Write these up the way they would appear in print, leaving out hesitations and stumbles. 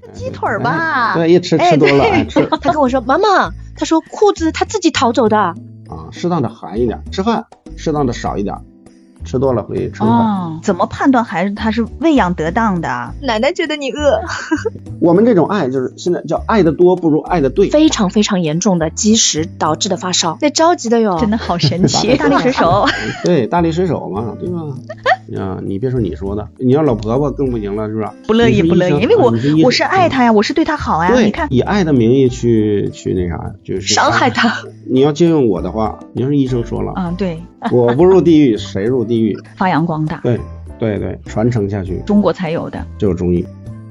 鸡腿吧。 对，一吃多了，吃。 他跟我说妈妈，他说裤子他自己逃走的。 适当的含一点，吃饭适当的少一点，吃多了会撑饭。 怎么判断孩子他是喂养得当的？ 奶奶觉得你饿。 我们这种爱就是现在叫爱的多不如爱的对， 非常非常严重的积食导致的发烧，那着急的哟， 真的好神奇。大力水手， 对，大力水手嘛，对吧？你别说你说的，你要老婆婆更不行了，是不是？ 不乐意，因为我是爱他呀，我是对他好呀。 对， 你看， 以爱的名义去那啥，就是伤害他。 你要借用我的话，你要是医生说了， 对， 我不入地狱谁入地狱？ 发扬光大， 对，传承下去， 中国才有的， 就是中医。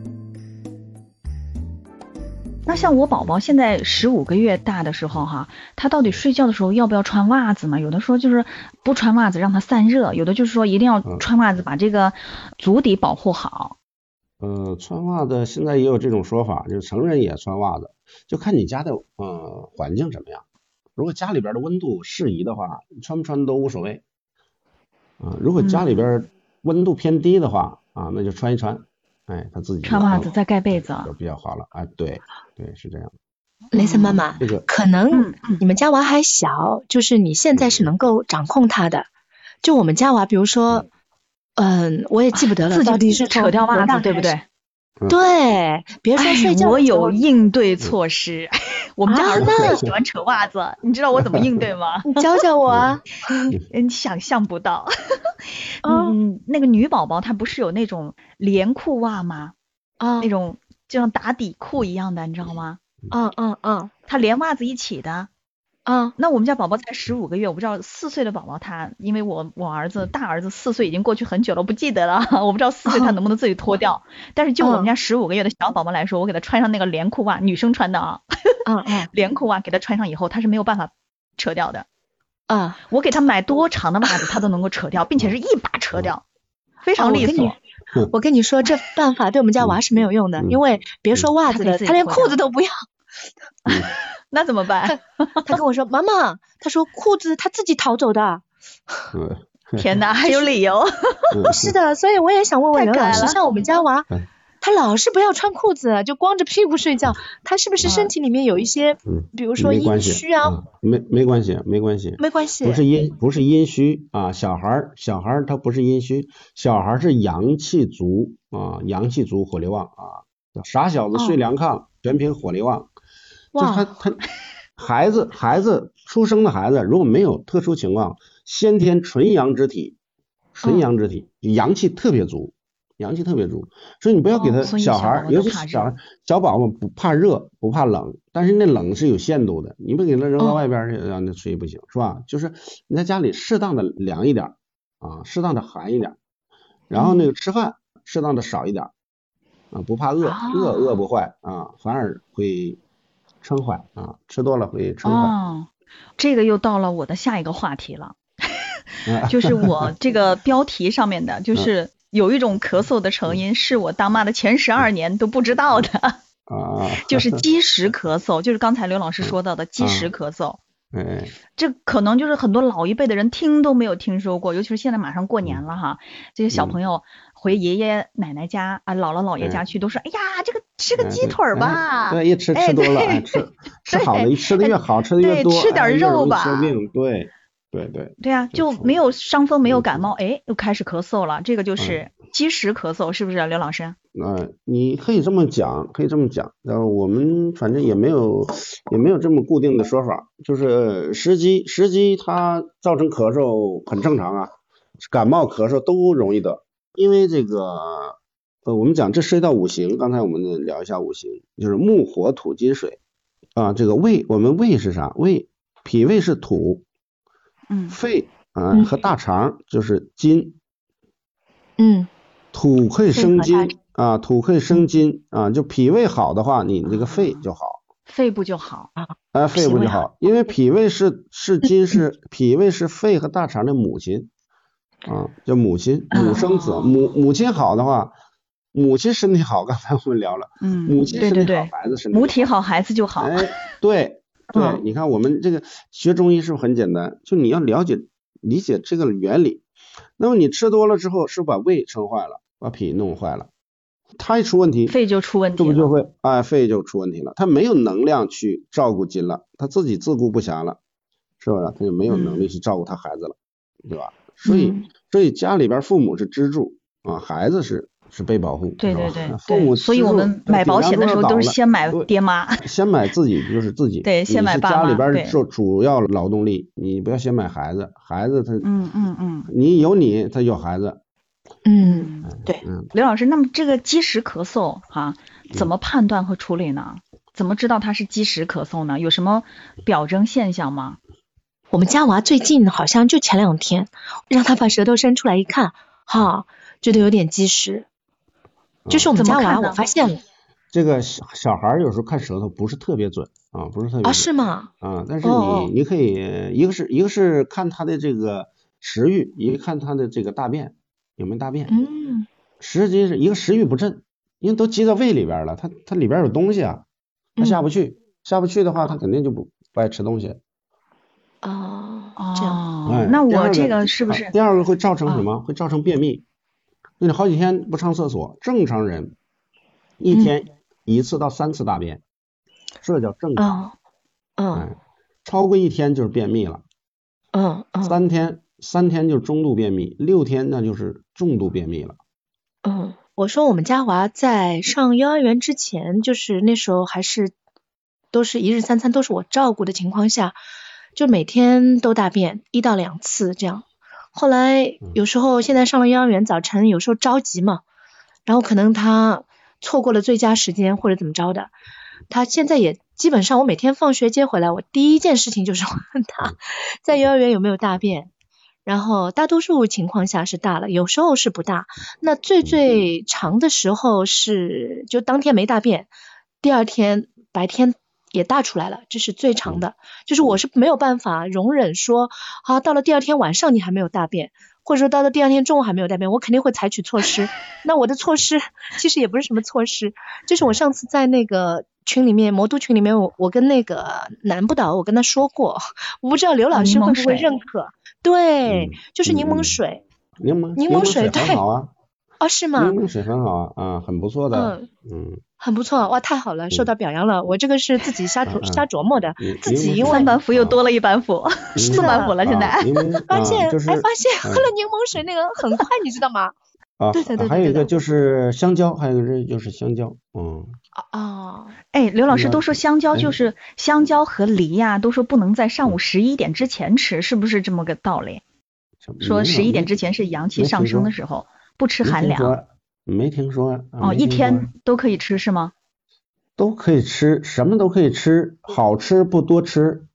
那像我宝宝现在15个月大的时候哈，他到底睡觉的时候要不要穿袜子呢？有的说就是不穿袜子让他散热，有的就是说一定要穿袜子把这个足底保护好。 穿袜子现在也有这种说法，就是成人也穿袜子，就看你家的环境怎么样。如果家里边的温度适宜的话，穿不穿都无所谓。如果家里边温度偏低的话那就穿一穿。他自己穿袜子再盖被子就比较好了。对，是这样。 雷森妈妈， 这个可能你们家娃还小，就是你现在是能够掌控他的。就我们家娃，比如说，我也记不得了，到底是扯掉袜子，对不对？ 对，别说睡觉， 我有应对措施。我们家儿子最喜欢扯袜子，你知道我怎么应对吗？ 你教教我啊！ 你想象不到。那个女宝宝她不是有那种连裤袜吗？那种就像打底裤一样的，你知道吗？她连袜子一起的。那我们家宝宝才15个月，我不知道4岁的宝宝他，因为我大儿子4岁已经过去很久了，不记得了，我不知道4岁他能不能自己脱掉。但是就我们家15个月的小宝宝来说，我给他穿上那个连裤袜，女生穿的连裤袜给他穿上以后，他是没有办法扯掉的。我给他买多长的袜子，他都能够扯掉，并且是一把扯掉，非常利索。 我跟你说，这办法对我们家娃是没有用的，因为别说袜子了，他连裤子都不要。 那怎么办？ 他跟我说妈妈，他说裤子他自己逃走的。 天哪，还有理由。 是的，所以我也想问问刘老师，像我们家娃他老是不要穿裤子，就光着屁股睡觉，他是不是身体里面有一些比如说阴虚啊？ 没关系，不是阴虚小孩他不是阴虚，小孩是阳气足阳气足火力旺傻小子睡凉炕全凭火力旺。就他孩子出生的孩子如果没有特殊情况，先天纯阳之体，阳气特别足，所以你不要给他小孩，尤其小宝宝不怕热不怕冷，但是那冷是有限度的，你不给他扔到外边去让他睡不行，是吧？就是你在家里适当的凉一点适当的寒一点，然后那个吃饭适当的少一点不怕饿不坏反而会撑坏吃多了会撑坏。 这个又到了我的下一个话题了。就是我这个标题上面的，就是有一种咳嗽的成因是我当妈的前12年都不知道的就是积食咳嗽，就是刚才刘老师说到的积食咳嗽。这可能就是很多老一辈的人听都没有听说过，尤其是现在马上过年了哈，这些小朋友回爷爷奶奶家姥姥姥爷家去都说哎呀这个吃个鸡腿吧。 对，一吃多了吃好的，吃的越好吃的越多， 吃点肉吧。 对啊，就没有伤风没有感冒又开始咳嗽了，这个就是积食咳嗽，是不是刘老师？ 你可以这么讲，然后我们反正也没有这么固定的说法，就是时机它造成咳嗽很正常感冒咳嗽都容易得，因为这个我们讲这涉及到五行，刚才我们聊一下五行，就是木火土金水这个胃，我们胃是啥？脾胃是土，肺和大肠就是金，土可以生金土可以生金就脾胃好的话，你这个肺就好， 肺部就好肺部就好，因为脾胃是金，脾胃是肺和大肠的母亲叫母亲，母生子，母亲好的话，母亲身体好，刚才我们聊了，母亲身体好，孩子身体好， 母体好孩子就好。 对，你看我们这个学中医是不是很简单？就你要理解这个原理。那么你吃多了之后，是把胃撑坏了，把脾弄坏了它一出问题， 肺就出问题了， 这不就会肺就出问题了，它没有能量去照顾筋了，它自己自顾不暇了，是不是？它就没有能力去照顾他孩子了，对吧？所以家里边父母是支柱啊，孩子是被保护， 对对对， 父母所以我们买保险的时候都是先买爹妈， 先买自己就是自己， 对，先买爸妈， 你是家里边做主要劳动力，你不要先买孩子，孩子他你有你他有孩子。 对， 刘老师，那么这个积食咳嗽怎么判断和处理呢？怎么知道它是积食咳嗽呢？有什么表征现象吗？ 我们家娃最近好像就前2天，让他把舌头伸出来一看，觉得有点积食。就是我们家娃，我发现了。 这个小孩有时候看舌头不是特别准不是特别准是吗？ 但是你可以一个是看他的这个食欲，一个看他的这个大便有没有大便。实际是一个食欲不振，因为都积到胃里边了，它里边有东西它下不去，的话他肯定就不爱吃东西。 这样。 那我这个是不是？ 第二个会造成什么？会造成便秘。那你好几天不上厕所，正常人1天1次到3次大便，这叫正常。超过1天就是便秘了。3天就是中度便秘，6天那就是重度便秘了。 我说我们家娃在上幼儿园之前，就是那时候还是都是1日3餐都是我照顾的情况下，就每天都大便1到2次这样。后来有时候现在上了幼儿园，早晨有时候着急嘛，然后可能他错过了最佳时间或者怎么着的，他现在也基本上我每天放学接回来，我第一件事情就是问他在幼儿园有没有大便，然后大多数情况下是大了，有时候是不大，那最长的时候是就当天没大便，第2天白天也大出来了，这是最长的。就是我是没有办法容忍说到了第2天晚上你还没有大便，或者说到了第2天中午还没有大便，我肯定会采取措施。那我的措施其实也不是什么措施，就是我上次在那个群里面魔都群里面我跟那个南部岛我跟他说过，我不知道刘老师会不会认可。对，就是柠檬水。 柠檬水很好啊。 是吗？ 柠檬水很好很不错的。 很不错，哇，太好了，受到表扬了。我这个是自己瞎琢磨的，自己因为 3板斧又多了1板斧，4板斧了现在。 发现喝了柠檬水那个很快，你知道吗？对。 还有一个就是香蕉，就是香蕉。 刘老师都说香蕉就是香蕉和梨都说不能在上午11点之前吃，是不是这么个道理？说11点之前是阳气上升的时候，不吃寒凉。 没听说。 一天都可以吃是吗？ 都可以吃，什么都可以吃，好吃不多吃。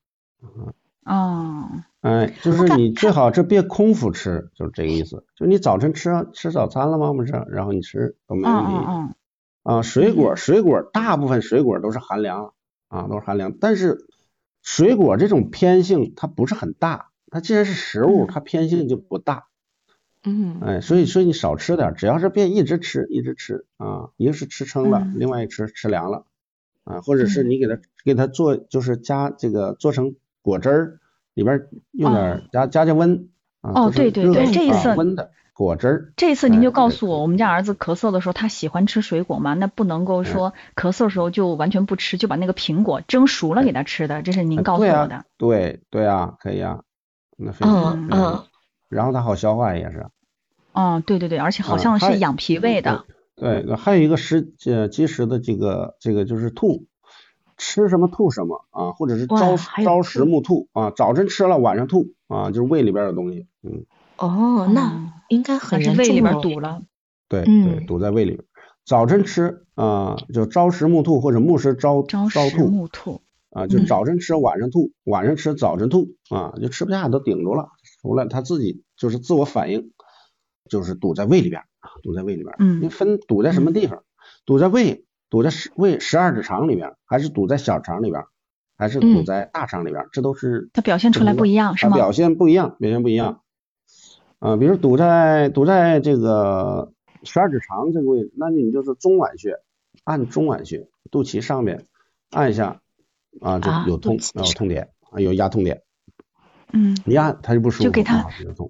就是你最好这别空腹吃，就是这个意思。就你早晨吃早餐了吗？不是，然后你吃都没问题。水果大部分水果都是寒凉都是寒凉，但是水果这种偏性它不是很大，它既然是食物，它偏性就不大。所以你少吃点，只要是别一直吃一个是吃撑了，另外一个吃凉了或者是你给它做，就是加这个做成果汁儿，里边用点加温对，这一次温的果汁儿。 这一次您就告诉我们家儿子咳嗽的时候他喜欢吃水果吗？那不能够说咳嗽的时候就完全不吃，就把那个苹果蒸熟了给他吃的，这是您告诉我的。 对可以那非常然后它好消化也是。 对，而且好像是养脾胃的。 对，还有一个积食的这个就是吐，吃什么吐什么或者是朝食暮吐早晨吃了晚上吐就是胃里边有东西。 那应该很严重， 胃里边堵了。 对，堵在胃里边。早晨吃就朝食暮吐或者暮食朝吐就早晨吃晚上吐，晚上吃早晨吐就吃不下都顶住了，除了他自己就是自我反应，就是堵在胃里边。你分堵在什么地方？堵在胃，堵在胃12指肠里边，还是堵在小肠里边，还是堵在大肠里边，这都是它表现出来不一样，是吗？ 表现不一样。比如堵在这个12指肠这个位置，那你就是中脘穴，按中脘穴，肚脐上面按一下就有痛点有压痛点。你按它就不舒服，就给它有痛。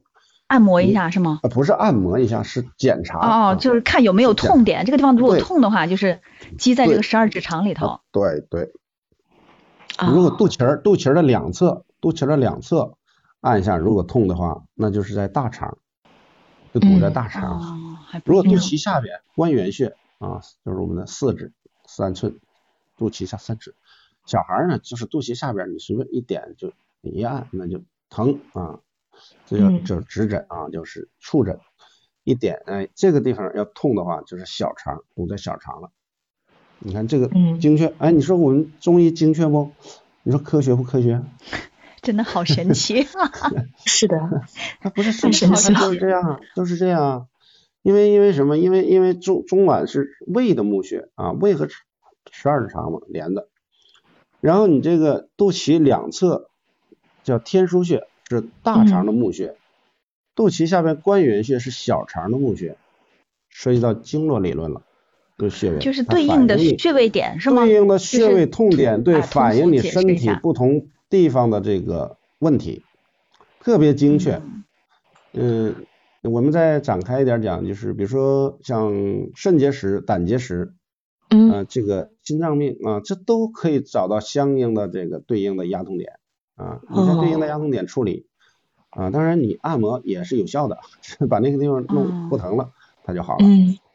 按摩一下是吗？ 不是按摩一下，是检查。 就是看有没有痛点，这个地方如果痛的话，就是积在这个12指肠里头。 对。如果肚脐的两侧按一下，如果痛的话，那就是在大肠，就堵在大肠。如果肚脐下边关元穴就是我们的4指3寸，肚脐下3指。小孩呢，就是肚脐下边你随便一点，就你一按那就疼这就指诊就是触诊。一点这个地方要痛的话，就是小肠堵在小肠了。你看这个精确，你说我们中医精确不？你说科学不科学？ 真的好神奇。 是的， 它不是神奇，它就是这样。因为什么？因为中脘是胃的募穴胃和12指肠嘛连的。然后你这个肚脐两侧叫天枢穴，是大肠的募穴。肚脐下边关元穴是小肠的募穴，涉及到经络理论了。穴位就是对应的穴位点是吗？ 对应的穴位痛点，对，反映你身体不同地方的这个问题，特别精确。我们再展开一点讲，就是比如说像肾结石、胆结石，这个心脏病这都可以找到相应的这个对应的压痛点你在对应的压痛点处理当然你按摩也是有效的，把那个地方弄不疼了，它就好了。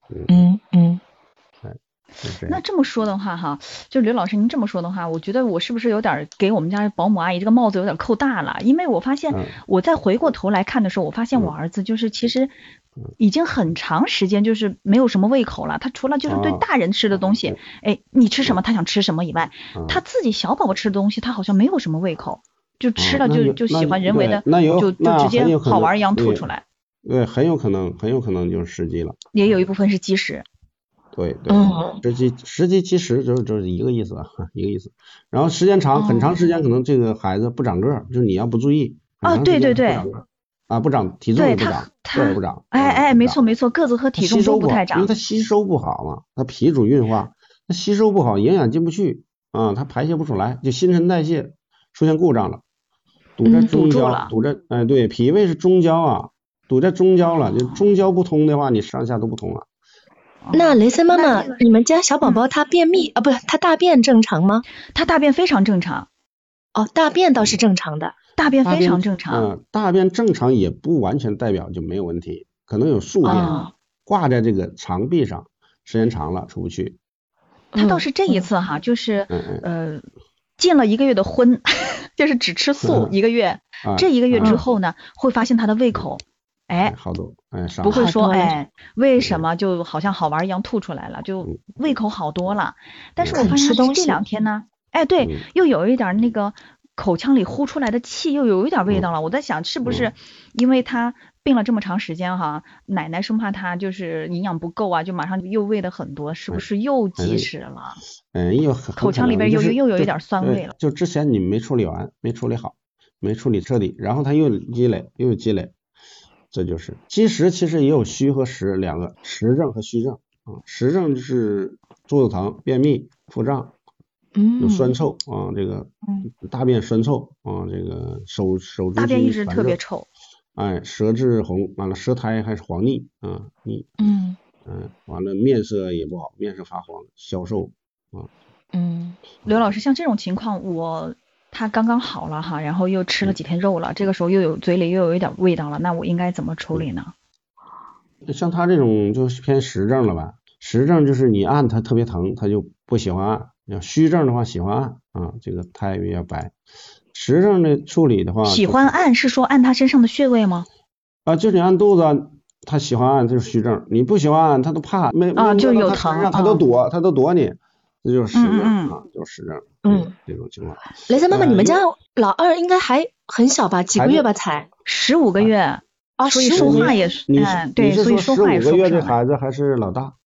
那这么说的话哈，就刘老师您这么说的话，我觉得我是不是有点给我们家保姆阿姨这个帽子有点扣大了？因为我发现我再回过头来看的时候，我发现我儿子就是其实已经很长时间就是没有什么胃口了，他除了就是对大人吃的东西你吃什么他想吃什么以外，他自己小宝宝吃的东西他好像没有什么胃口，就吃了就喜欢人为的就直接好玩一样吐出来。 对，很有可能就是湿积了， 也有一部分是积食。 对，实际其实就是一个意思一个意思。然后时间长，很长时间可能这个孩子不长个儿，就是你要不注意对不长，体重也不长，个儿也不长。 没错，个子和体重都不太长， 因为他吸收不好嘛，他脾主运化，他吸收不好，营养进不去他排泄不出来，就新陈代谢出现故障了，堵在中焦，堵在对，脾胃是中焦堵在中焦了，就中焦不通的话，你上下都不通了。 那雷森妈妈，你们家小宝宝他便秘不是他大便正常吗？ 他大便非常正常。 大便倒是正常的， 大便非常正常。 大便正常也不完全代表就没有问题，可能有宿便挂在这个肠壁上，时间长了出不去。 他倒是这一次就是进了1个月的荤，就是只吃素1个月，这1个月之后呢，会发现他的胃口好多不会说为什么就好像好玩一样吐出来了，就胃口好多了。但是我发现他这2天呢对，又有一点那个口腔里呼出来的气又有一点味道了。我在想是不是因为他病了这么长时间奶奶生怕他就是营养不够就马上又喂的很多，是不是又积食了？口腔里边又有一点酸味了。 就之前你没处理完，没处理好，没处理彻底，然后他又积累，这就是积食。其实也有虚和实两个，实症和虚症实症就是肚子疼、便秘、腹胀，有酸臭这个大便酸臭这个手指大便一直特别臭， 舌质红，完了舌苔还是黄腻腻，完了面色也不好，面色发黄，消瘦刘老师，像这种情况他刚刚好了然后又吃了几天肉了，这个时候嘴里又有一点味道了，那我应该怎么处理呢？ 像他这种就偏实症了吧，实症就是你按他特别疼，他就不喜欢按，要虚症的话喜欢按这个苔比较白。实症的处理的话， 喜欢按是说按他身上的穴位吗？ 就是你按肚子他喜欢按，就是虚症，你不喜欢按他都怕， 就有疼他都躲你，这就是实症就是实症这种情况。 雷森妈妈，你们家老二应该还很小吧？几个月吧才 ？15个月所以说话也是对，所以说话也 15个月的孩子还是老大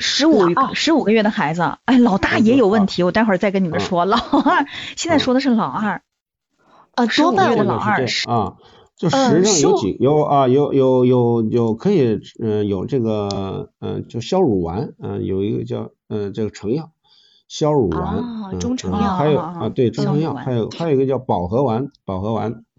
？15个月的孩子，老大也有问题，我待会儿再跟你们说。老二现在说的是老二多半我老二就实症有可以有这个就消乳丸有一个叫这个成药消乳丸中成药， 还有对中成药，还有一个叫保和丸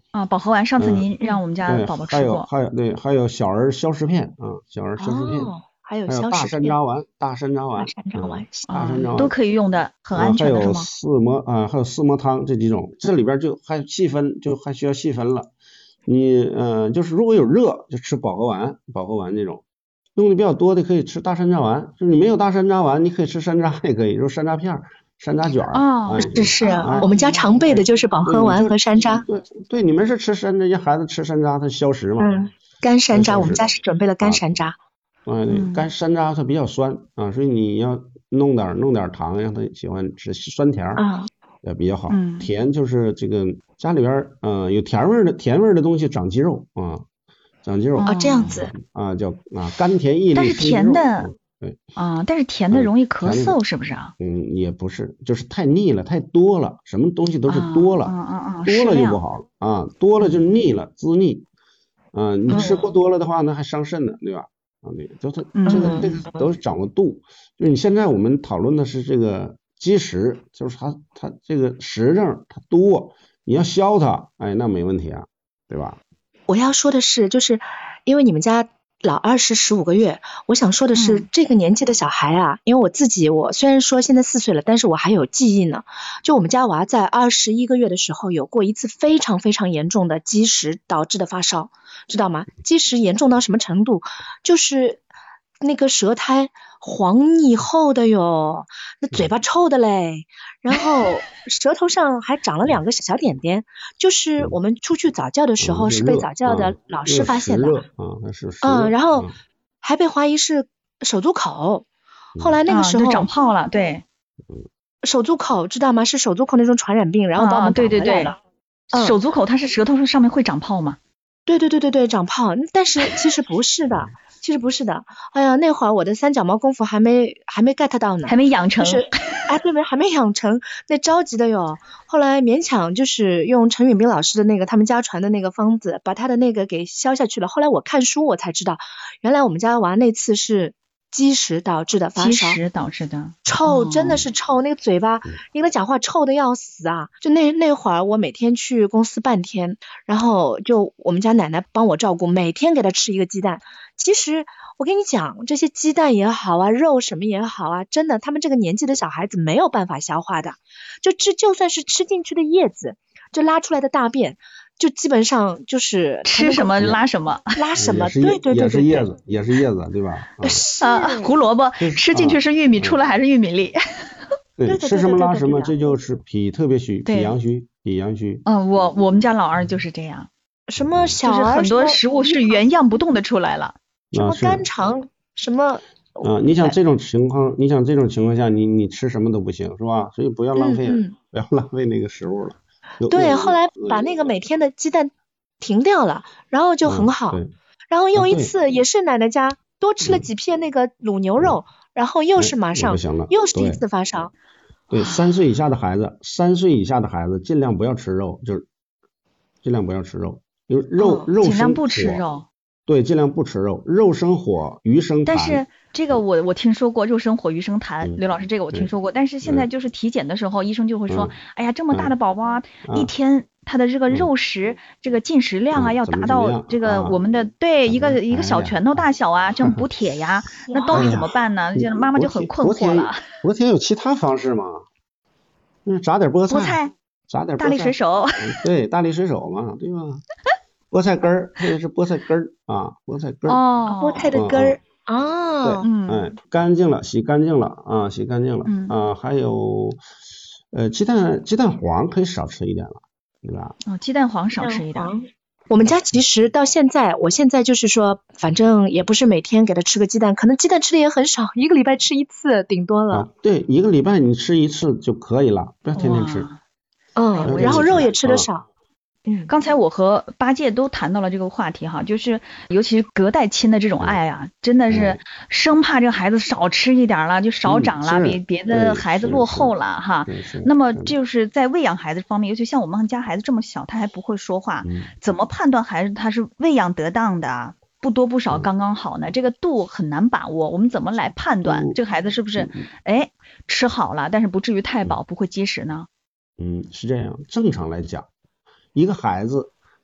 啊，保和丸，上次您让我们家宝宝吃过。 还有小儿消食片啊，小儿消食片。 还有大山楂丸，大山楂丸都可以用的，很安全的是吗？ 还有四磨汤这几种，这里边就还细分，就还需要细分了。你就是如果有热就吃保和丸这种，用的比较多的可以吃大山楂丸，就是你没有大山楂丸，你可以吃山楂也可以，就是山楂片、山楂卷是我们家常备的就是保和丸和山楂。 对，你们是吃山楂，孩子吃山楂它消食嘛。 干山楂，我们家是准备了干山楂。 干山楂它比较酸啊，所以你要弄点糖，让他喜欢吃酸甜也比较好。甜就是这个家里边有甜味的东西长肌肉啊，长肌肉这样子叫甘甜益力。 但是甜的但是甜的容易咳嗽，是不是啊？ 也不是，就是太腻了，太多了，什么东西都是多了，多了就不好了多了就腻了，滋腻你吃过多了的话，那还伤肾呢，对吧？就是这个都是掌握度。就是你现在我们讨论的是这个积食，就是它这个实症它多，你要消它，那没问题对吧？ 我要说的是，就是因为你们家老二是15个月，我想说的是这个年纪的小孩因为我虽然说现在4岁了，但是我还有记忆呢。就我们家娃在21个月的时候有过一次非常非常严重的积食导致的发烧，知道吗？积食严重到什么程度？就是那个舌苔黄腻厚的哟，那嘴巴臭的嘞，然后舌头上还长了2个小点点，就是我们出去早教的时候是被早教的老师发现的然后还被怀疑是手足口，后来那个时候长泡了，对， 手足口知道吗？是手足口那种传染病，然后把我们打回来了。 手足口它是舌头上面会长泡吗？ 对，长泡，但是其实不是的。哎呀，那会儿我的3脚猫功夫还没 get 到呢， 还没养成。 对，还没养成，那着急的哟。后来勉强就是用陈允斌老师的那个他们家传的那个方子，把他的那个给消下去了。后来我看书我才知道，原来我们家娃那次是积食导致的发烧。 积食导致的。 臭，真的是臭，那个嘴巴因为讲话臭的要死就那会儿我每天去公司半天，然后就我们家奶奶帮我照顾，每天给他吃1个鸡蛋。其实我跟你讲，这些鸡蛋也好肉什么也好真的他们这个年纪的小孩子没有办法消化的，就算是吃进去的叶子，就拉出来的大便，就基本上就是吃什么拉什么， 对， 也是叶子对吧？ 胡萝卜吃进去是玉米，出来还是玉米粒。 对，吃什么拉什么，这就是脾特别虚，脾阳虚。 我们家老二就是这样， 什么小就是很多食物是原样不动的出来了， 什么肝肠什么你想这种情况下，你吃什么都不行，是吧？所以不要浪费，不要浪费那个食物了。 对，后来把那个每天的鸡蛋停掉了，然后就很好。然后又一次也是奶奶家多吃了几片那个卤牛肉，然后又是马上又是第一次发烧。 对，3岁以下的孩子尽量不要吃肉，就是尽量不要吃肉，因为肉尽量不吃肉。 对，尽量不吃肉，肉生火，鱼生痰。 但是这个我听说过，肉生火，鱼生痰。刘老师，这个我听说过。但是现在就是体检的时候，医生就会说，哎呀，这么大的宝宝一天他的这个肉食这个进食量要达到这个我们的一个小拳头大小这样补铁呀，那到底怎么办呢？妈妈就很困惑了。 补铁有其他方式吗？炸点菠菜，炸点大力水手。 对，大力水手嘛，对吧？菠菜根儿，特别是菠菜根儿菠菜根儿。 菠菜的根儿。 对，干净了，洗干净了洗干净了还有鸡蛋黄可以少吃一点了，对吧？ 鸡蛋黄少吃一点。 我们家其实到现在，我现在就是说，反正也不是每天给他吃个鸡蛋，可能鸡蛋吃的也很少，1个礼拜吃1次顶多了。 对，1个礼拜你吃1次就可以了，不要天天吃。 然后肉也吃的少。 刚才我和八戒都谈到了这个话题就是尤其是隔代亲的这种爱真的是生怕这个孩子少吃一点了，就少长了，比别的孩子落后了那么就是在喂养孩子方面，尤其像我们家孩子这么小，他还不会说话，怎么判断孩子他是喂养得当的，不多不少刚刚好呢？这个度很难把握，我们怎么来判断这个孩子是不是吃好了，但是不至于太饱，不会积食呢？ 是这样，正常来讲，一个孩子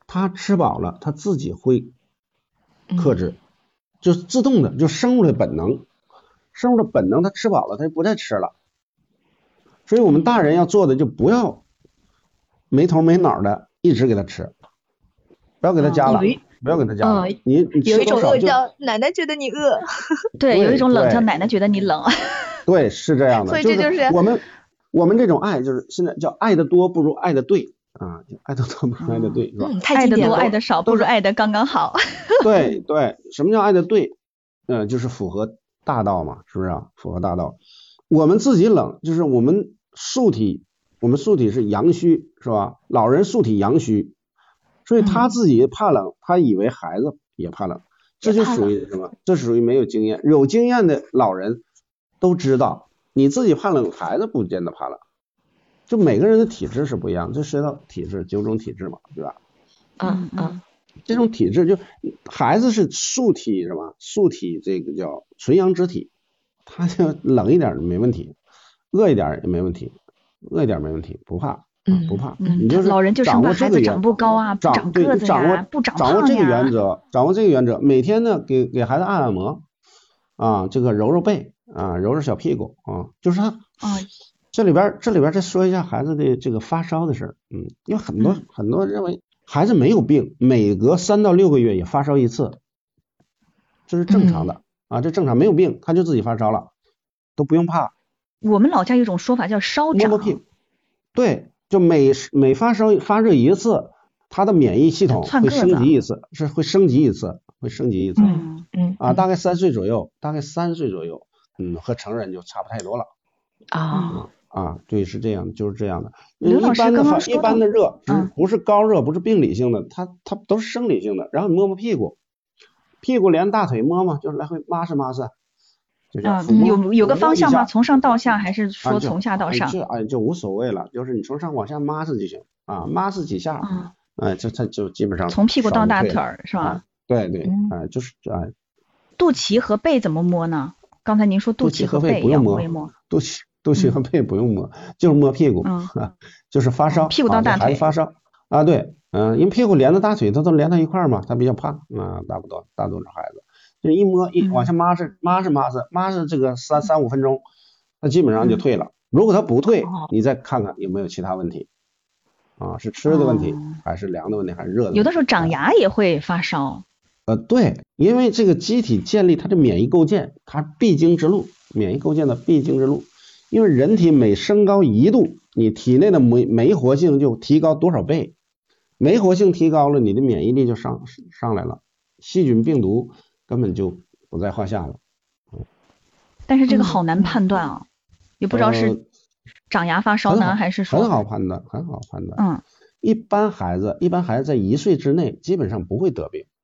他吃饱了他自己会克制，就自动的，就生物的本能，他吃饱了他就不再吃了。所以我们大人要做的就不要没头没脑的一直给他吃，不要给他加了，不要给他加了。你有一种饿叫奶奶觉得你饿， 对，有一种冷叫奶奶觉得你冷。 对，是这样的。 所以这就是我们这种爱，就是现在叫爱的多不如爱的对啊，爱的多不如爱的对，是吧？ 爱的多爱的少不如爱的刚刚好。 对对，什么叫爱的对？就是符合大道嘛，是不是啊？符合大道。我们自己冷，就是我们素体是阳虚，是吧？老人素体阳虚，所以他自己怕冷，他以为孩子也怕冷，这就属于什么？这属于没有经验。有经验的老人都知道，你自己怕冷，孩子不见得怕冷。就每个人的体质是不一样，这涉及到体质9种体质嘛，对吧？这种体质就孩子是素体什么？素体这个叫纯阳之体，他就冷一点没问题，饿一点也没问题，不怕。不怕，你就是老人就生怕孩子长不高啊，不长个子呀，不长胖呀。 掌握这个原则，每天呢给孩子按摩啊，这个揉揉背啊，揉揉小屁股啊，就是他这里边再说一下孩子的这个发烧的事儿。因为很多认为孩子没有病，每隔3到6个月也发烧一次，这是正常的啊，这正常，没有病他就自己发烧了，都不用怕。 我们老家有一种说法叫烧长， 摸屁，对。就每发烧发热一次，他的免疫系统会升级一次，会升级一次。大概3岁左右，和成人就差不太多了。对，是这样，就是这样的。一般的热，不是高热，不是病理性的，它都是生理性的。然后摸摸屁股连大腿摸摸，就是来回抹拭。 有个方向吗？从上到下还是说从下到上？ 就无所谓了，就是你从上往下抹拭就行啊，抹拭几下，它就基本上从屁股到大腿是吧？ 对，就是肚脐和背怎么摸呢？刚才您说肚脐和背不用摸，肚脐和背不用摸，就是摸屁股，就是发烧， 屁股到大腿， 孩子发烧啊，对，因为屁股连着大腿，它都连到一块嘛，它比较胖啊，大多数孩子。就一摸往下抹拭这个3-5分钟，那基本上就退了。如果它不退，你再看看有没有其他问题是吃的问题，还是凉的问题，还是热的问题。 有的时候长牙也会发烧。 对，因为这个机体建立它的免疫构建，它必经之路，免疫构建的必经之路。因为人体每升高1度，你体内的酶活性就提高多少倍，酶活性提高了，你的免疫力就上来了，细菌病毒根本就不在话下了。 但是这个好难判断啊，也不知道是长牙发烧呢，还是说很好判断。一般孩子在1岁之内基本上不会得病。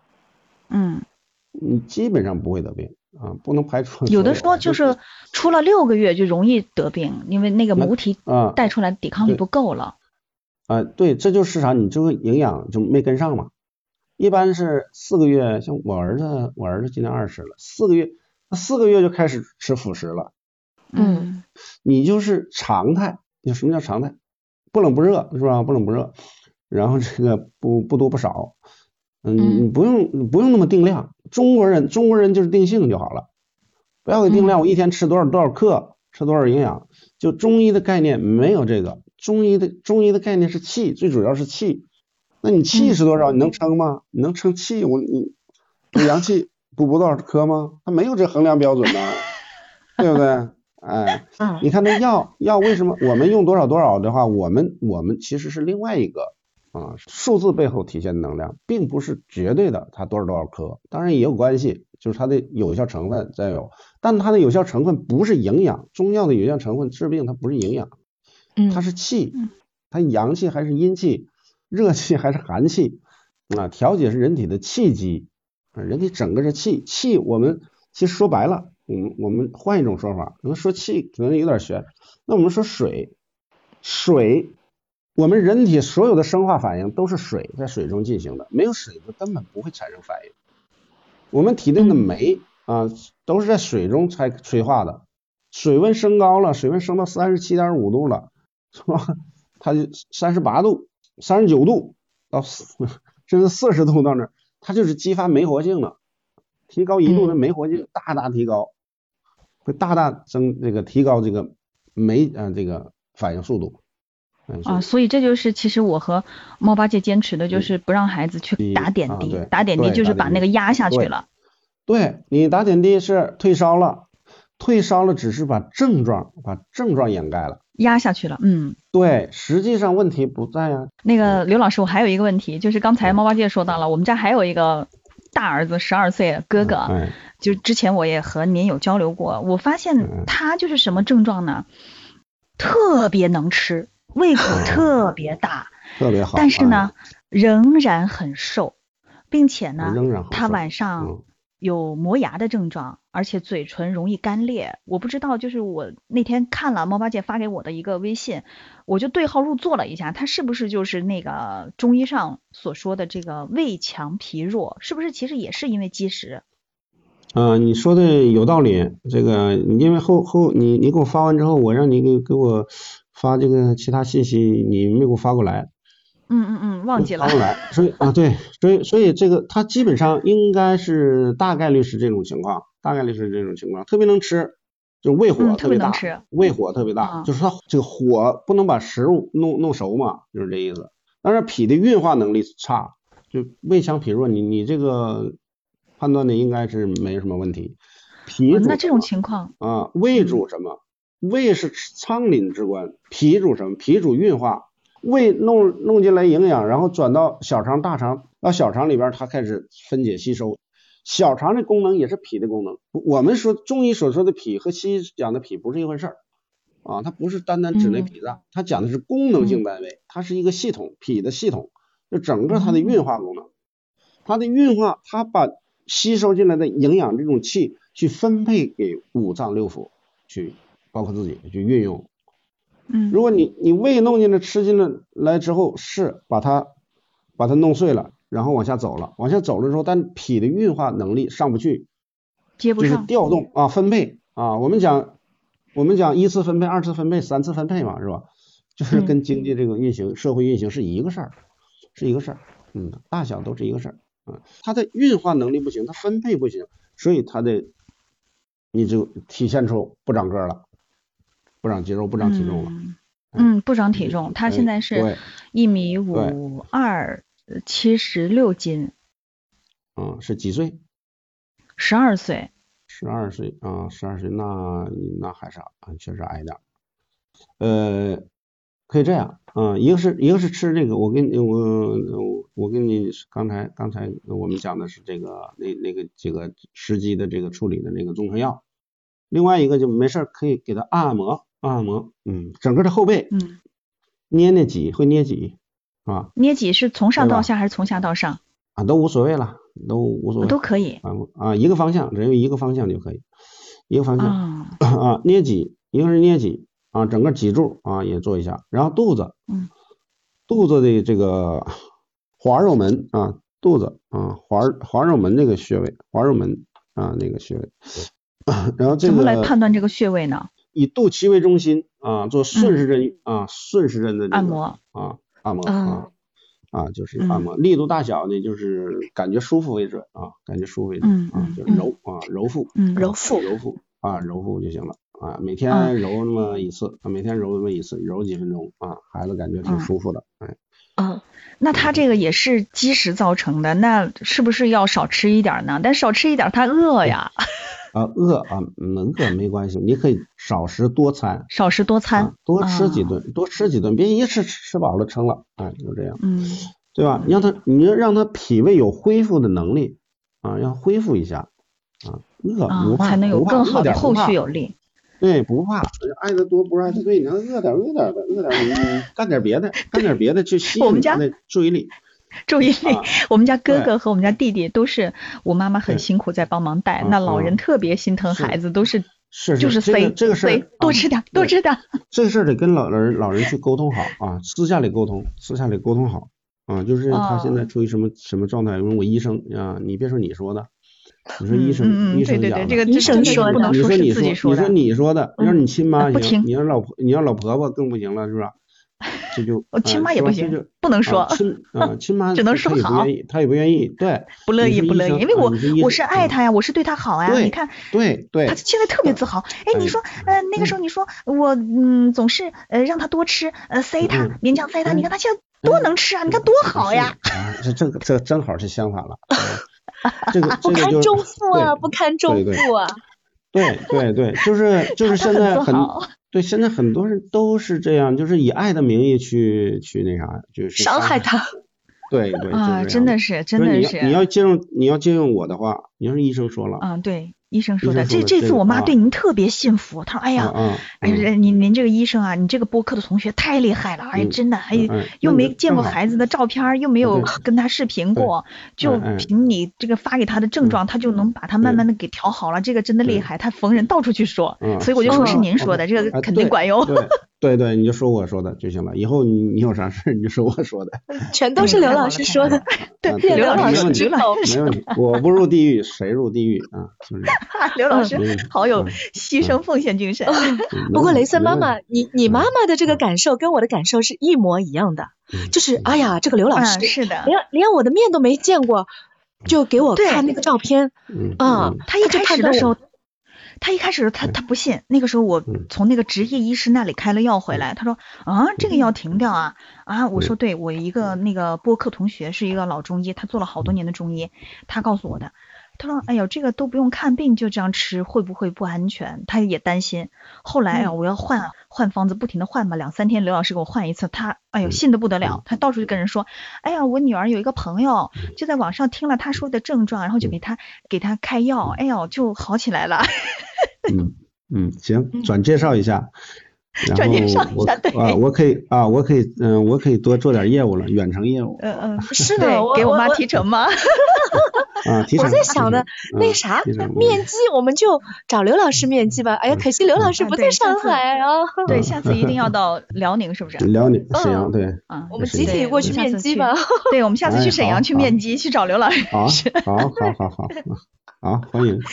基本上不会得病不能排除。 有的说就是出了6个月就容易得病，因为那个母体带出来的抵抗力不够了。 对，这就是啥？你这个营养就没跟上嘛。一般是4个月，像我儿子今年20了，4个月就开始吃辅食了。你就是常态，什么叫常态？不冷不热是吧？不冷不热，然后这个不多不少。你不用那么定量。中国人就是定性就好了，不要给定量。我一天吃多少克，吃多少营养。就中医的概念没有这个，中医的概念是气，最主要是气。那你气是多少？你能称吗？你能称气？你阳气补多少克吗？它没有这衡量标准的，对不对？你看那药为什么我们用多少的话，我们其实是另外一个数字背后体现的能量，并不是绝对的，它多少克，当然也有关系，就是它的有效成分再有，但它的有效成分不是营养，中药的有效成分治病它不是营养，它是气，它阳气还是阴气，热气还是寒气调节是人体的气机，人体整个是气，我们其实说白了，我们换一种说法，可能说气可能有点悬，那我们说水，我们人体所有的生化反应都是水在水中进行的，没有水它根本不会产生反应。我们体内的酶都是在水中才催化的，水温升高了，水温升到 37.5 度了，是吧？它就38度、39度， 到甚至40度到那儿，它就是激发酶活性了，提高1度的酶活性，大大提高，会大大提高这个酶这个反应速度。 所以这就是其实我和猫八戒坚持的就是不让孩子去打点滴，打点滴就是把那个压下去了。 对，你打点滴是退烧了只是把症状掩盖了， 压下去了。 对，实际上问题不在啊。 那个刘老师，我还有一个问题，就是刚才猫八戒说到了，我们家还有一个大儿子12岁的哥哥，就之前我也和您有交流过，我发现他就是什么症状呢？特别能吃，胃口特别大， 特别好， 但是呢，仍然很瘦，并且呢，他晚上有磨牙的症状，而且嘴唇容易干裂。我不知道，就是我那天看了猫八戒发给我的一个微信，我就对号入座了一下，他是不是就是那个中医上所说的这个胃强脾弱？是不是其实也是因为积食？ 你说的有道理。这个因为你给我发完之后，我让你给我发这个其他信息，你没给我发过来。 忘记了。 发过来，所以这个他基本上应该是大概率是这种情况，特别能吃，就胃火特别大，胃火特别大，就是他这个火不能把食物弄熟嘛，就是这意思。但是脾的运化能力差，就胃强脾弱，你这个判断的应该是没什么问题。脾主那这种情况胃主什么？胃是仓廪之官，脾主什么？脾主运化。胃弄进来营养，然后转到小肠大肠，到小肠里边它开始分解吸收。小肠的功能也是脾的功能。我们说中医所说的脾和西医讲的脾不是一回事它不是单指那脾脏，它讲的是功能性单位，它是一个系统，脾的系统，就整个它的运化功能。它的运化，它把吸收进来的营养这种气去分配给五脏六腑，去包括自己去运用。如果你胃弄进来吃进来之后，是把它弄碎了，然后往下走了之后，但脾的运化能力上不去， 接不上， 就是调动分配我们讲1次分配、2次分配、3次分配嘛，是吧？就是跟经济这个运行、社会运行是一个事儿，大小都是一个事儿它的运化能力不行，它分配不行，所以你就体现出不长个了。不长肌肉，不长体重了。 不长体重，他现在是1.52米，76斤。 是几岁 ？12岁。 12岁12岁，那还是确实矮点。可以这样一个是吃这个，我跟你刚才我们讲的是这个那个这个实际的这个处理的那个中成药。另外一个就没事可以给他按摩，整个的后背，捏脊，会捏脊捏脊是从上到下还是从下到上都无所谓了， 都可以一个方向，只有一个方向就可以，一个方向捏脊，一个是捏脊整个脊柱也做一下，然后肚子的这个滑肉门肚子滑肉门这个穴位，滑肉门那个穴位。然后怎么来判断这个穴位呢？ 以肚脐为中心做顺时针顺时针的按摩就是按摩，力度大小呢就是感觉舒服为准就是揉腹揉腹就行了每天揉那么一次揉几分钟孩子感觉挺舒服的那他这个也是积食造成的，那是不是要少吃一点呢？但少吃一点他饿呀饿没关系，你可以少食多餐，多吃几顿，别一吃饱了撑了就这样对吧？你要让他脾胃有恢复的能力要恢复一下饿不怕， 才能有更好的后续有力。 对，不怕，爱的多不是爱的对，你要饿点你干点别的去吸引他的注意力。 我们家哥哥和我们家弟弟都是我妈妈很辛苦在帮忙带，那老人特别心疼孩子，都是就是塞多吃点多吃点。 这个事儿得跟老人去沟通好私下里沟通好就是他现在处于什么状态？因为我医生你别说你说的，你说医生讲的， 这个医生说的，不能说是自己说的。 你说的，要是你亲妈行，你要老婆婆更不行了，是吧？ 这就我亲妈也不行，不能说亲妈只能说好， 她也不愿意，对， 不乐意，因为我是爱她呀，我是对她好呀，你看， 对， 她现在特别自豪。哎，你说那个时候你说我总是让她多吃塞她，勉强塞她，你看她现在多能吃啊，你看多好呀。 这正好是相反了。这个不堪重负啊，不堪重负啊。 对，就是现在对，现在很多人都是这样，就是以爱的名义去那啥，就是伤害他。 对啊，真的是。 你要借用我的话，你要是医生说了。 对。医生说的，这次我妈对您特别信服，她说哎呀，您这个医生啊，你这个播客的同学太厉害了，哎真的，又没见过孩子的照片，又没有跟他视频过，就凭你这个发给他的症状，他就能把他慢慢的给调好了，这个真的厉害，他逢人到处去说，所以我就说是您说的，这个肯定管用。 对，你就说我说的就行了，以后你有啥事你就说我说的， 全都是刘老师说的。对，刘老师知道， 没问题，我不入地狱谁入地狱啊？就是刘老师好有牺牲奉献精神。 不过雷森妈妈，你妈妈的这个感受跟我的感受是一模一样的，就是哎呀，这个刘老师是的， 连我的面都没见过，就给我看那个照片他一开始的时候。他一开始他不信，那个时候我从那个执业医师那里开了药回来，他说这个药停掉啊，我说对，我一个那个播客同学是一个老中医，他做了好多年的中医，他告诉我的，他说哎呦这个都不用看病就这样吃会不会不安全，他也担心。后来我要换方子，不停的换吧，2-3天刘老师给我换一次，他哎呦信得不得了，他到处就跟人说，哎呀我女儿有一个朋友就在网上听了他说的症状，然后就给他开药，哎呦就好起来了。 行，转介绍一下。 转介绍一下，对我可以多做点业务了，远程业务。 是的， 给我妈提成吗？ 提成。 我在想的那啥面基，我们就找刘老师面基吧。哎呀，可惜刘老师不在上海啊。 对，下次一定要到辽宁，是不是？ 辽宁、沈阳，对。 我们集体过去面基吧。 对，我们下次去沈阳去面基，去找刘老师。 好，欢迎。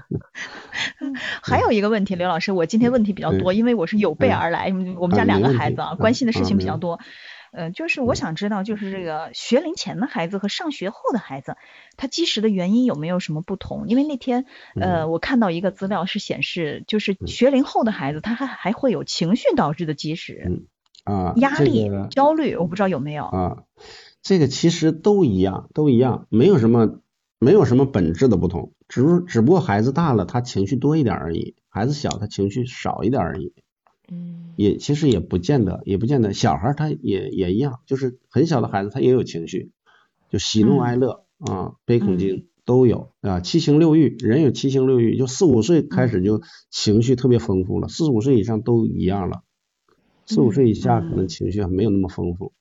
还有一个问题，刘老师，我今天问题比较多，因为我是有备而来，我们家2个孩子关心的事情比较多。就是我想知道，就是这个学龄前的孩子和上学后的孩子，他积食的原因有没有什么不同？因为那天我看到一个资料是显示，就是学龄后的孩子他还会有情绪导致的积食，压力、焦虑，我不知道有没有这个其实都一样，没有什么本质的不同，只不过孩子大了他情绪多一点而已，孩子小他情绪少一点而已。其实也不见得，小孩他也一样，就是很小的孩子他也有情绪，就喜怒哀乐悲恐惊都有七情六欲，人有七情六欲，就4-5岁开始就情绪特别丰富了，4-5岁以上都一样了，4-5岁以下可能情绪还没有那么丰富。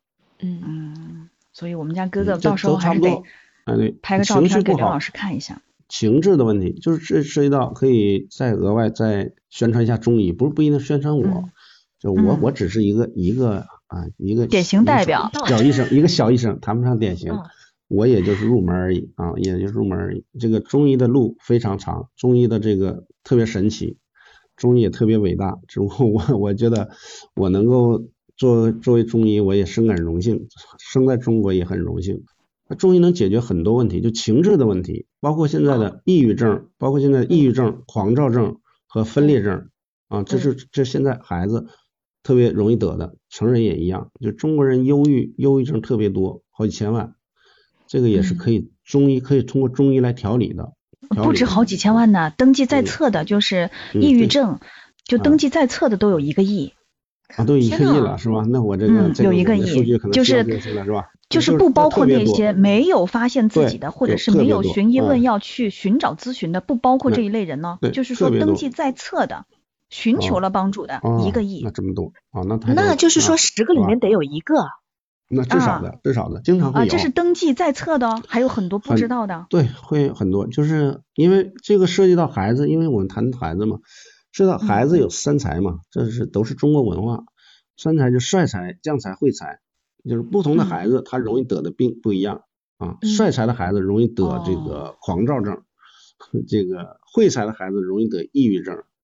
所以我们家哥哥到时候还是得拍个照片给刘老师看一下。 情志的问题就是涉及到可以再额外再宣传一下中医，不一定宣传我，就我只是一个典型代表， 小医生，一个小医生谈不上典型，我也就是入门而已这个中医的路非常长，中医的这个特别神奇，中医也特别伟大，只不过我觉得我能够作为中医我也深感荣幸，生在中国也很荣幸。中医能解决很多问题，就情志的问题，包括现在的抑郁症，狂躁症和分裂症这现在孩子特别容易得的，成人也一样，就中国人忧郁症特别多，好几千万，这个也是可以通过中医来调理的。 不止好几千万呢，登记在册的就是抑郁症，就登记在册的都有1个亿。 都1个亿了是吧？那我这个有1个亿， 数据可能就是吧？ 就是不包括那些没有发现自己的，或者是没有寻医问药去寻找咨询的，不包括这一类人呢。就是说登记在册的，寻求了帮助的1个亿。 那这么多那就是说10个里面得有1个。 那至少的，经常会有。 这是登记在册的，还有很多不知道的。 对，会很多，就是因为这个涉及到孩子，因为我们谈孩子嘛，涉及到孩子有3才嘛，都是中国文化，3才就帅才、将才、慧才。就是不同的孩子他容易得的病不一样帅才的孩子容易得这个狂躁症，这个慧才的孩子容易得抑郁症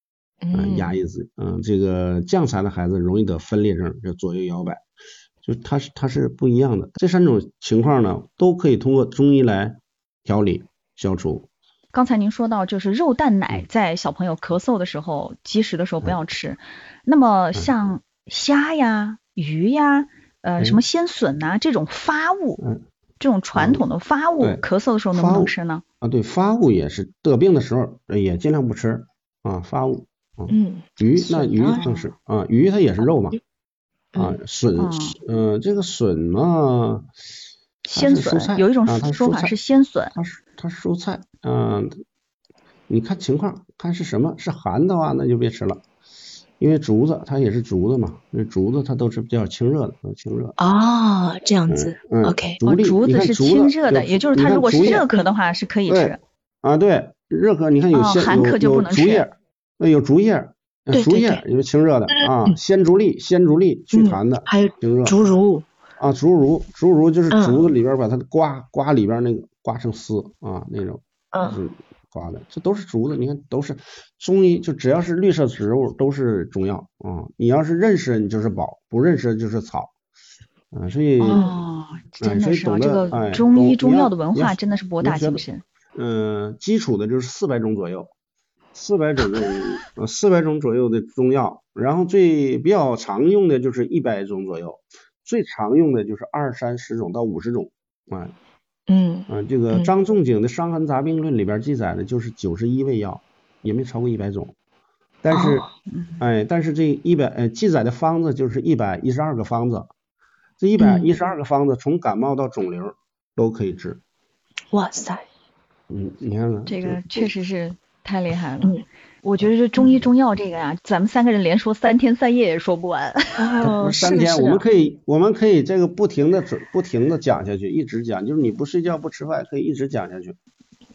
压抑自己，这个将才的孩子容易得分裂症，就左右摇摆，就它是不一样的。这3种情况呢，都可以通过中医来调理消除。 刚才您说到就是肉蛋奶在小朋友咳嗽的时候积食的时候不要吃，那么像虾呀鱼呀什么鲜笋呐这种发物，这种传统的发物咳嗽的时候能不能吃呢？ 对，发物也是得病的时候也尽量不吃发物。鱼更是鱼它也是肉嘛。笋这个笋嘛， 鲜笋有一种说法是鲜笋， 它是蔬菜。你看情况，看是什么，是寒的话那就别吃了，因为竹子它也是竹子嘛，那竹子它都是比较清热的， 这样子。OK， 竹子是清热的，也就是它如果是热咳的话是可以吃。 对，热咳你看有寒咳就不能吃。 有竹叶，竹叶也是清热的鲜竹粒祛痰的， 还有竹茹竹茹就是竹子里边把它刮里边那个刮成丝那种是刮的，这都是竹子。你看都是中医，就只要是绿色植物都是中药你要是认识你就是宝，不认识就是草所以真的是这个中医中药的文化真的是博大精深。 基础的就是400种左右，400种左右的中药，然后比较常用的就是100种左右，最常用的就是20-30种到50种。这个张仲景的《伤寒杂病论》里边记载的就是91味药，也没超过100种。但是这记载的方子就是112个方子，这112个方子从感冒到肿瘤都可以治。 哇塞！ 你看看， 这个确实是太厉害了。我觉得这中医中药这个呀，咱们3个人连说3天3夜也说不完。 3天我们可以这个不停的讲下去，一直讲，就是你不睡觉不吃饭可以一直讲下去。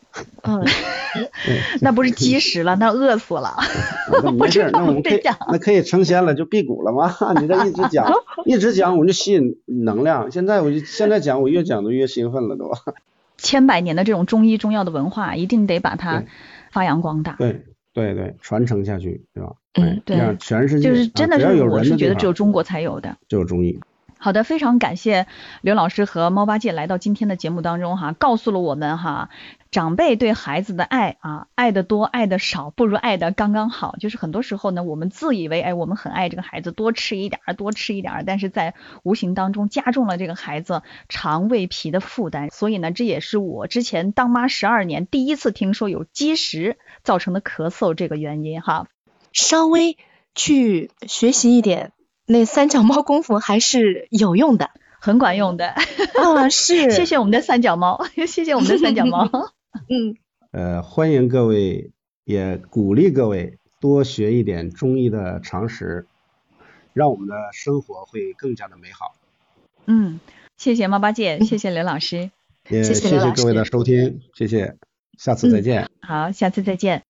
那不是积食了，那饿死了。 没事，那我们可以成仙了，就辟谷了吗？你这一直讲我就吸引能量。现在讲我越讲都越兴奋了都。 千百年的这种中医中药的文化，一定得把它发扬光大。 对，传承下去，对吧？ 对， 让全世界就是真的是我是觉得只有中国才有的， 就是中医。 好的，非常感谢刘老师和猫八戒来到今天的节目当中告诉了我们长辈对孩子的爱爱的多爱的少不如爱的刚刚好。就是很多时候呢，我们自以为我们很爱这个孩子，多吃一点，但是在无形当中加重了这个孩子肠胃脾的负担。所以呢，这也是我之前当妈12年第一次听说有积食造成的咳嗽这个原因稍微去学习一点那3脚猫功夫还是有用的， 很管用的是。 谢谢我们的3脚猫，谢谢我们的3脚猫。 欢迎各位，也鼓励各位多学一点中医的常识，让我们的生活会更加的美好。 谢谢猫八戒，谢谢刘老师， 也谢谢各位的收听，谢谢，下次再见。 好，下次再见。